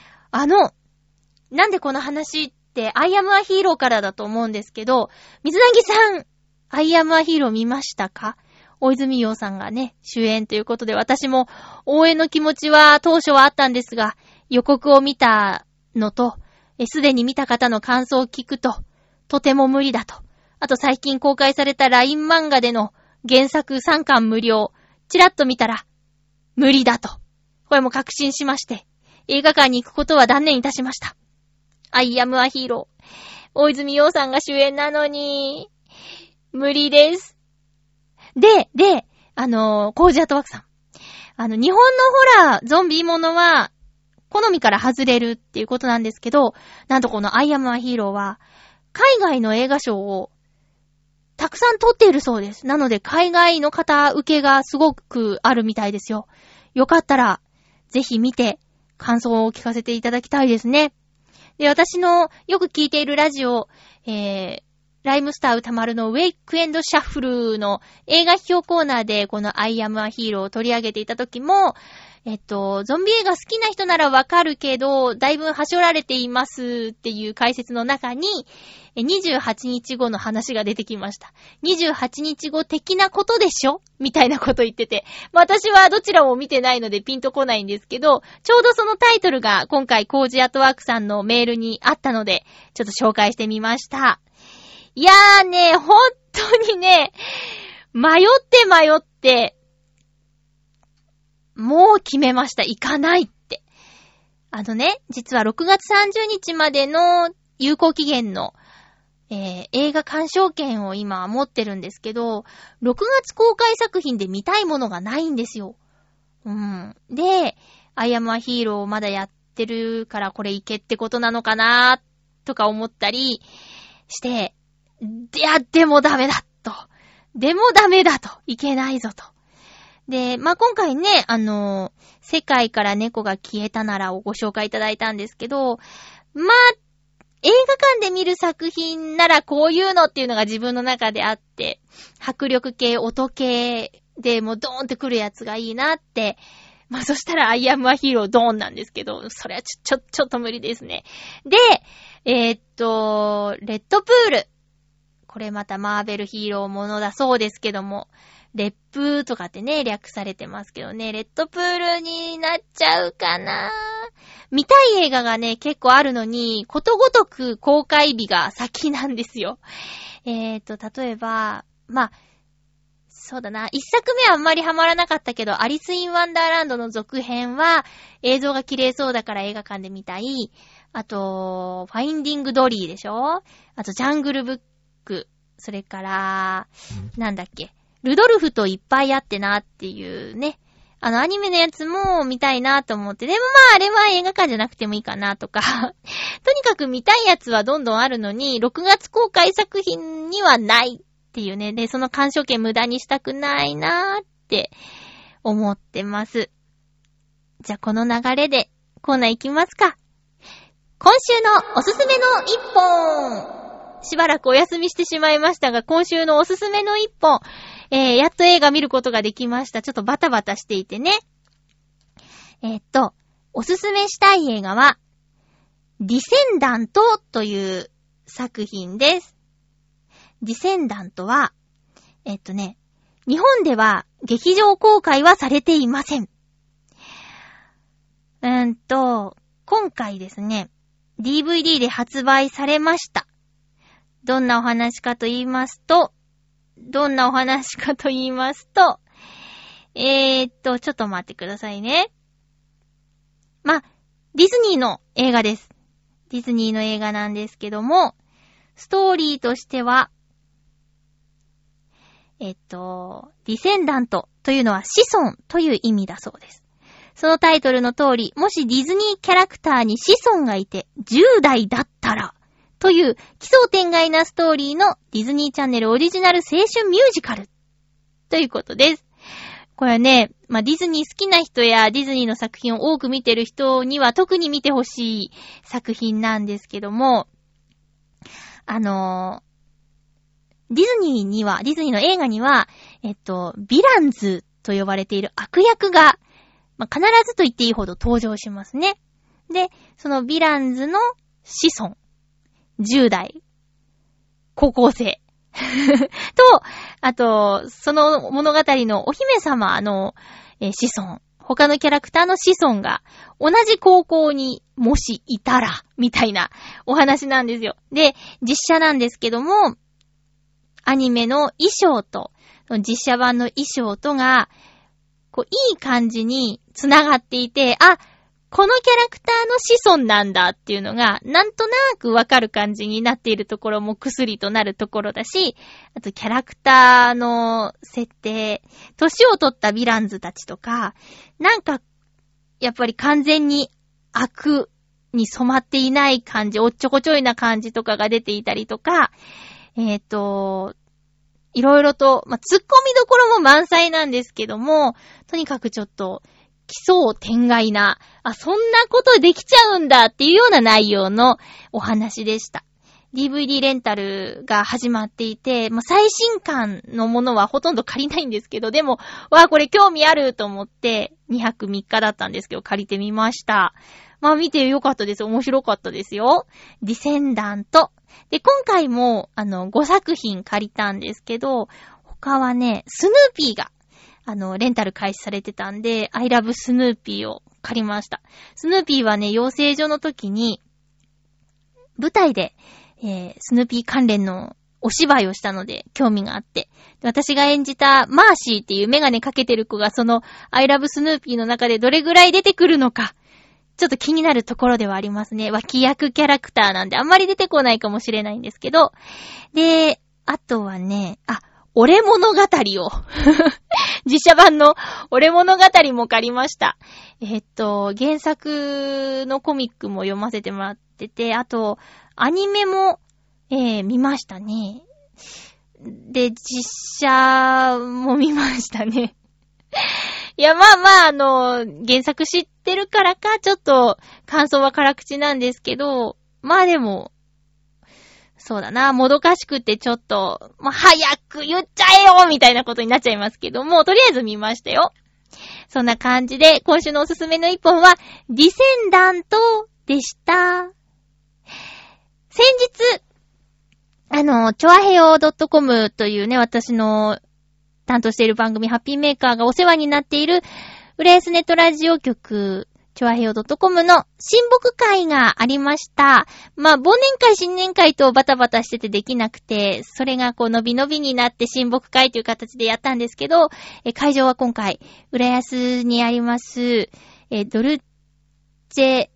なんでこの話ってアイアムアヒーローからだと思うんですけど、水なぎさん、アイアムアヒーロー見ましたか？大泉洋さんがね、主演ということで、私も応援の気持ちは当初はあったんですが、予告を見たのと、すでに見た方の感想を聞くと、とても無理だと。あと最近公開された LINE 漫画での原作3巻無料、チラッと見たら、無理だと。これも確信しまして、映画館に行くことは断念いたしました。アイアムアヒーロー。大泉洋さんが主演なのに、無理です。で、コージアットワークさん。日本のホラー、ゾンビものは、好みから外れるっていうことなんですけど、なんとこのアイアムアヒーローは、海外の映画賞をたくさん取っているそうです。なので、海外の方受けがすごくあるみたいですよ。よかったら、ぜひ見て、感想を聞かせていただきたいですね。で、私のよく聞いているラジオ、ライムスター歌丸のウェイクエンドシャッフルの映画批評コーナーでこのアイアムアヒーローを取り上げていた時も、ゾンビ映画好きな人ならわかるけど、だいぶはしょられていますっていう解説の中に、28日後の話が出てきました。28日後的なことでしょみたいなこと言ってて。私はどちらも見てないのでピンとこないんですけど、ちょうどそのタイトルが今回コージアットワークさんのメールにあったので、ちょっと紹介してみました。いやーね、本当にね、迷って、もう決めました。行かないって。実は6月30日までの有効期限の、映画鑑賞券を今持ってるんですけど、6月公開作品で見たいものがないんですよ。で、アイアムアヒーローまだやってるからこれいけってことなのかなとか思ったりして、いや、でもダメだと。いけないぞと。で、今回ね、世界から猫が消えたならをご紹介いただいたんですけど、映画館で見る作品ならこういうのっていうのが自分の中であって、迫力系、音系でもうドーンってくるやつがいいなって、そしたらアイアムアヒーロードーンなんですけど、それはちょっと無理ですね。で、レッドプール。これまたマーベルヒーローものだそうですけども、レップとかってね、略されてますけどね、レッドプールになっちゃうかな。見たい映画がね、結構あるのに、ことごとく公開日が先なんですよ。例えば、そうだな、一作目はあんまりハマらなかったけど、アリス・イン・ワンダーランドの続編は、映像が綺麗そうだから映画館で見たい。あと、ファインディング・ドリーでしょ？あと、ジャングル・ブック。それから、ルドルフといっぱいあってなっていうね。アニメのやつも見たいなと思って。でもあれは映画館じゃなくてもいいかなとか。とにかく見たいやつはどんどんあるのに、6月公開作品にはないっていうね。で、その鑑賞券無駄にしたくないなって思ってます。じゃあこの流れでコーナー行きますか。今週のおすすめの一本。しばらくお休みしてしまいましたが、今週のおすすめの一本、やっと映画見ることができました。ちょっとバタバタしていてね。 おすすめしたい映画は、ディセンダントという作品です。ディセンダントは、日本では劇場公開はされていません。今回ですね、DVD で発売されました。どんなお話かと言いますと、ちょっと待ってくださいね。ディズニーの映画です。ディズニーの映画なんですけども、ストーリーとしては、ディセンダントというのは子孫という意味だそうです。そのタイトルの通り、もしディズニーキャラクターに子孫がいて10代だったら、という奇想天外なストーリーのディズニーチャンネルオリジナル青春ミュージカルということです。これはね、ディズニー好きな人やディズニーの作品を多く見てる人には特に見てほしい作品なんですけども、ディズニーの映画には、ヴィランズと呼ばれている悪役が、必ずと言っていいほど登場しますね。で、そのヴィランズの子孫、10代、高校生と、あと、その物語のお姫様の子孫、他のキャラクターの子孫が同じ高校にもしいたら、みたいなお話なんですよ。で、実写なんですけども、アニメの衣装と、実写版の衣装とが、いい感じに繋がっていて、このキャラクターの子孫なんだっていうのが、なんとなくわかる感じになっているところも薬となるところだし、あとキャラクターの設定、年を取ったヴィランズたちとか、やっぱり完全に悪に染まっていない感じ、おっちょこちょいな感じとかが出ていたりとか、いろいろと、突っ込みどころも満載なんですけども、とにかくちょっと、奇想天外な、そんなことできちゃうんだっていうような内容のお話でした。DVD レンタルが始まっていて、最新刊のものはほとんど借りないんですけど、でも、これ興味あると思って、2泊3日だったんですけど、借りてみました。見てよかったです。面白かったですよ。ディセンダント。で、今回も、5作品借りたんですけど、他はね、スヌーピーが、レンタル開始されてたんで、I love スヌーピーを借りました。スヌーピーはね、養成所の時に、舞台で、スヌーピー関連のお芝居をしたので、興味があって。私が演じたマーシーっていうメガネかけてる子が、その I love スヌーピーの中でどれぐらい出てくるのか、ちょっと気になるところではありますね。脇役キャラクターなんであんまり出てこないかもしれないんですけど。で、あとはね、俺物語を実写版の俺物語も借りました。原作のコミックも読ませてもらってて、あとアニメも、見ましたね。で、実写も見ましたね。いや、原作知ってるからか、ちょっと感想は辛口なんですけど、でも、そうだな、もどかしくてちょっと、早く言っちゃえよみたいなことになっちゃいますけども、とりあえず見ましたよ。そんな感じで、今週のおすすめの一本は、ディセンダントでした。先日、チョアヘヨ .com というね、私の担当している番組ハッピーメーカーがお世話になっている、浦安ネットラジオ局、チョアヘヨ .com の親睦会がありました。忘年会、新年会とバタバタしててできなくて、それが伸び伸びになって親睦会という形でやったんですけど、会場は今回、浦安にあります、ドルチェ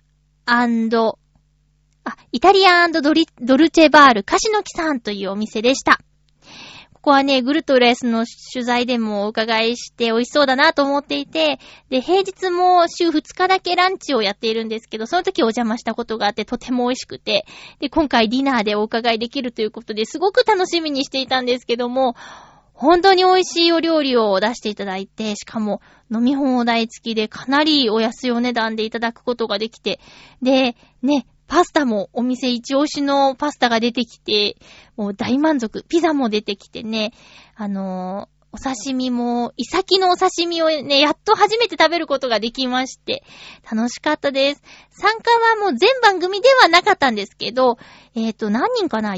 イタリアン&ドルチェバール、カシノキさんというお店でした。ここはね、ぐるっと浦安の取材でもお伺いして美味しそうだなと思っていて、で、平日も週2日だけランチをやっているんですけど、その時お邪魔したことがあってとても美味しくて、で、今回ディナーでお伺いできるということですごく楽しみにしていたんですけども、本当に美味しいお料理を出していただいて、しかも飲み放題付きでかなりお安いお値段でいただくことができて、で、ね、パスタもお店一押しのパスタが出てきて、もう大満足。ピザも出てきてね、 お刺身も、イサキのお刺身をね、やっと初めて食べることができまして、楽しかったです。参加はもう全番組ではなかったんですけど、何人かな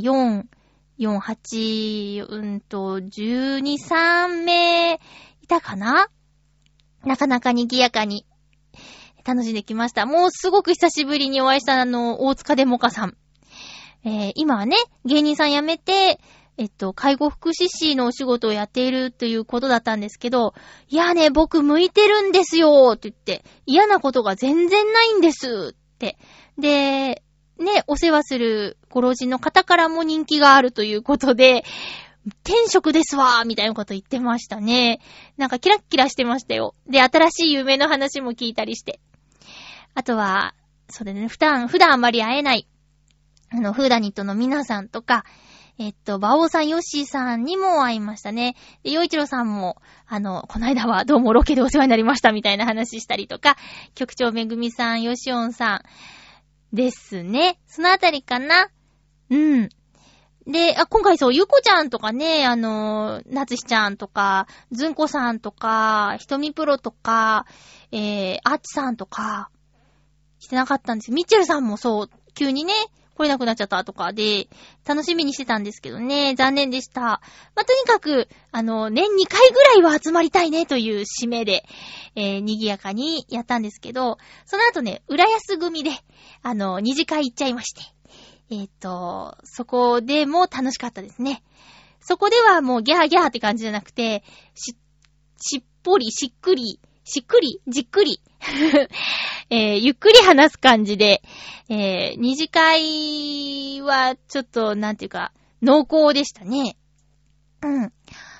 ?4、8、12、3名いたかな？なかなか賑やかに楽しんできました。もうすごく久しぶりにお会いした大塚デモカさん。今はね、芸人さん辞めて、介護福祉士のお仕事をやっているということだったんですけど、いやね、僕向いてるんですよって言って、嫌なことが全然ないんですって。で、ね、お世話するご老人の方からも人気があるということで、転職ですわーみたいなこと言ってましたね。なんかキラッキラしてましたよ。で、新しい夢の話も聞いたりして。あとは、そうだね、普段あまり会えない、フーダニットの皆さんとか、バオさん、ヨッシーさんにも会いましたね。で、ヨイチロさんも、この間はどうもロケでお世話になりましたみたいな話したりとか、局長めぐみさん、ヨシオンさんですね。そのあたりかな。うん。で、今回そう、ゆこちゃんとかね、なつひちゃんとか、ずんこさんとか、ひとみプロとか、あっちさんとか、してなかったんですよ。ミッチェルさんもそう、急にね、来れなくなっちゃったとかで、楽しみにしてたんですけどね、残念でした。まあ、とにかく、年2回ぐらいは集まりたいねという締めで、賑やかにやったんですけど、その後ね、浦安組で、二次会行っちゃいまして、そこでも楽しかったですね。そこではもうギャーギャーって感じじゃなくて、しっぽり、しっくり、じっくり、ゆっくり話す感じで、二次会はちょっと、なんていうか、濃厚でしたね。うん。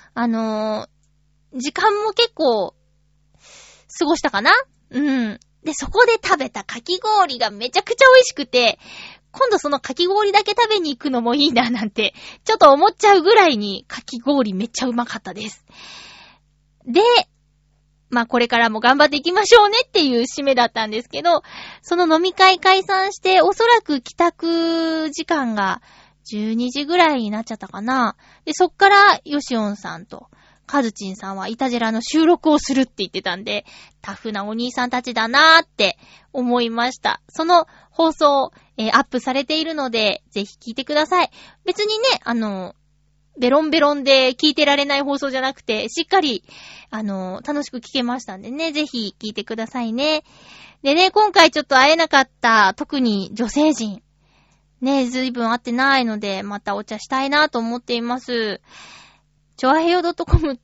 時間も結構、過ごしたかな？うん。で、そこで食べたかき氷がめちゃくちゃ美味しくて、今度そのかき氷だけ食べに行くのもいいななんて、ちょっと思っちゃうぐらいにかき氷めっちゃうまかったです。で、まあこれからも頑張っていきましょうねっていう締めだったんですけど、その飲み会解散しておそらく帰宅時間が12時ぐらいになっちゃったかな。で、そっからヨシオンさんとカズチンさんはイタジェラの収録をするって言ってたんで、タフなお兄さんたちだなーって思いました。その放送、アップされているので、ぜひ聞いてください。別にね、ベロンベロンで聞いてられない放送じゃなくて、しっかり、楽しく聞けましたんでね、ぜひ聞いてくださいね。でね、今回ちょっと会えなかった、特に女性陣、ね、ずいぶん会ってないので、またお茶したいなと思っています。ちょあへよ .com って、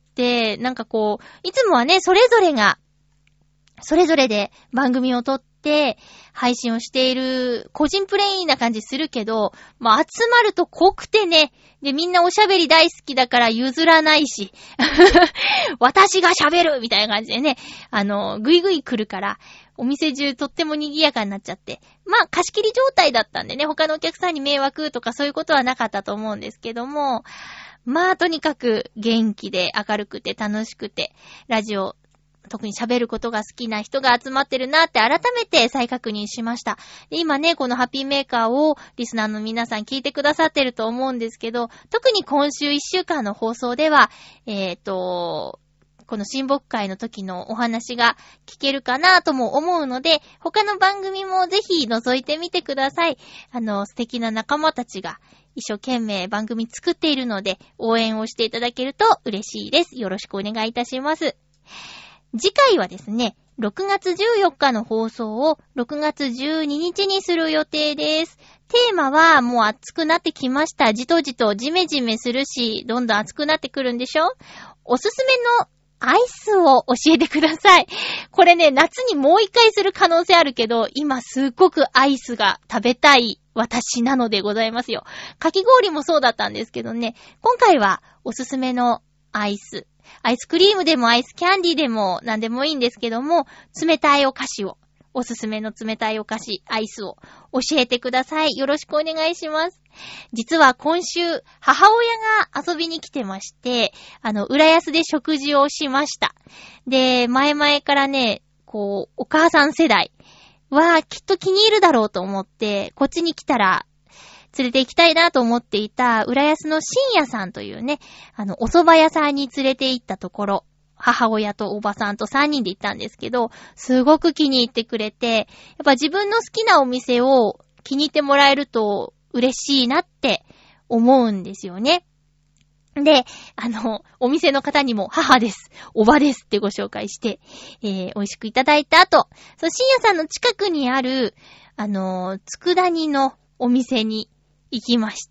なんかこう、いつもはね、それぞれで番組を撮って配信をしている個人プレイな感じするけど、まあ集まると濃くてね、でみんなおしゃべり大好きだから譲らないし私が喋るみたいな感じでね、ぐいぐい来るからお店中とっても賑やかになっちゃって、まあ貸し切り状態だったんでね、他のお客さんに迷惑とかそういうことはなかったと思うんですけども、まあとにかく元気で明るくて楽しくて、ラジオ特に喋ることが好きな人が集まってるなって改めて再確認しました。で今ね、このハッピーメーカーをリスナーの皆さん聞いてくださってると思うんですけど、特に今週1週間の放送では、この親睦会の時のお話が聞けるかなとも思うので、他の番組もぜひ覗いてみてください。素敵な仲間たちが一生懸命番組作っているので、応援をしていただけると嬉しいです。よろしくお願いいたします。次回はですね、6月14日の放送を6月12日にする予定です。テーマはもう暑くなってきました。じとじとジメジメするし、どんどん暑くなってくるんでしょ？おすすめのアイスを教えてください。これね、夏にもう一回する可能性あるけど、今すっごくアイスが食べたい私なのでございますよ。かき氷もそうだったんですけどね、今回はおすすめのアイスクリームでもアイスキャンディーでも何でもいいんですけども、冷たいお菓子を、おすすめの冷たいお菓子、アイスを教えてください。よろしくお願いします。実は今週、母親が遊びに来てまして、浦安で食事をしました。で、前々からね、こう、お母さん世代はきっと気に入るだろうと思って、こっちに来たら、 連れて行きたいなと思っていた浦安の深夜さんというね、お蕎麦屋さんに連れて行ったところ、母親とおばさんと3人で行ったんですけど、すごく気に入ってくれて、やっぱ自分の好きなお店を気に入ってもらえると嬉しいなって思うんですよね。で、お店の方にも母です、おばですってご紹介して、美味しくいただいた後、深夜さんの近くにある、佃煮のお店に行きまして、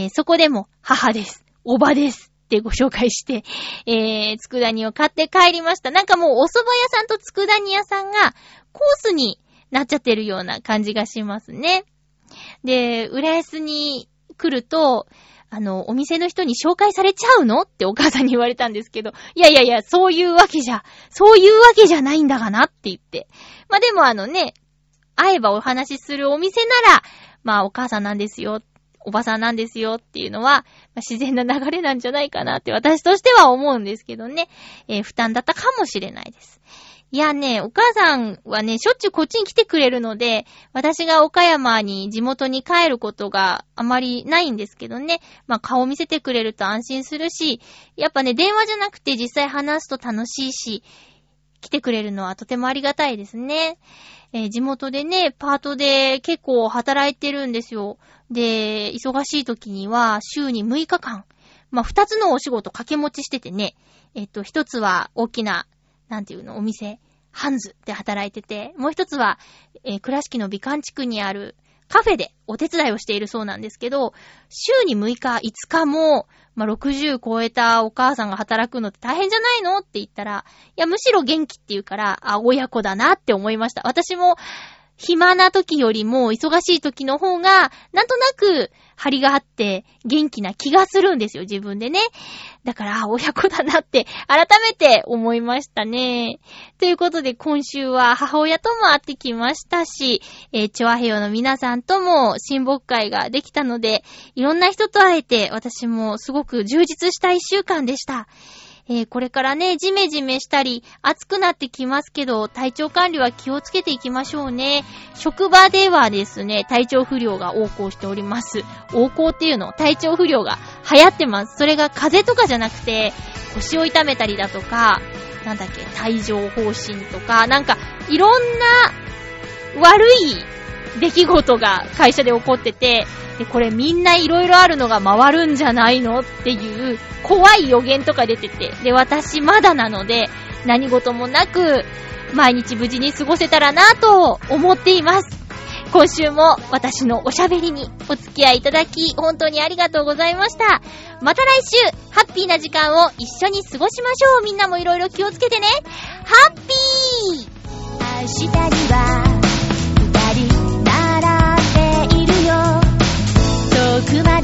そこでも母です、おばですってご紹介して、佃煮を買って帰りました。なんかもうお蕎麦屋さんと佃煮屋さんがコースになっちゃってるような感じがしますね。で、浦安に来ると、お店の人に紹介されちゃうのってお母さんに言われたんですけど、いや、そういうわけじゃないんだがなって言って。まあ、でも会えばお話しするお店なら、まあ、お母さんなんですよ、おばさんなんですよっていうのは、まあ、自然な流れなんじゃないかなって私としては思うんですけどね。負担だったかもしれないです。いやね、お母さんはね、しょっちゅうこっちに来てくれるので、私が岡山に地元に帰ることがあまりないんですけどね。まあ顔見せてくれると安心するし、やっぱね、電話じゃなくて実際話すと楽しいし、来てくれるのはとてもありがたいですね。地元でね、パートで結構働いてるんですよ。で、忙しい時には週に6日間、まあ2つのお仕事掛け持ちしててね、一つは大きなお店、ハンズで働いてて、もう一つは、倉敷の美観地区にあるカフェでお手伝いをしているそうなんですけど、週に6日、5日も、まあ、60超えたお母さんが働くのって大変じゃないのって言ったら、いや、むしろ元気って言うから、親子だなって思いました。私も、暇な時よりも忙しい時の方が、なんとなく張りがあって元気な気がするんですよ、自分でね。だから、親子だなって改めて思いましたね。ということで、今週は母親とも会ってきましたし、チョアヘヨの皆さんとも親睦会ができたので、いろんな人と会えて、私もすごく充実した1週間でした。これからね、ジメジメしたり、暑くなってきますけど、体調管理は気をつけていきましょうね。職場ではですね、体調不良が横行しております。横行っていうの、体調不良が流行ってます。それが風邪とかじゃなくて、腰を痛めたりだとか、帯状疱疹とか、いろんな悪い出来事が会社で起こってて、で、これみんないろいろあるのが回るんじゃないのっていう怖い予言とか出てて、で、私まだなので何事もなく毎日無事に過ごせたらなと思っています。今週も私のおしゃべりにお付き合いいただき本当にありがとうございました。また来週ハッピーな時間を一緒に過ごしましょう。みんなもいろいろ気をつけてね。ハッピー。明日には二人並んでいるよ。遠くまで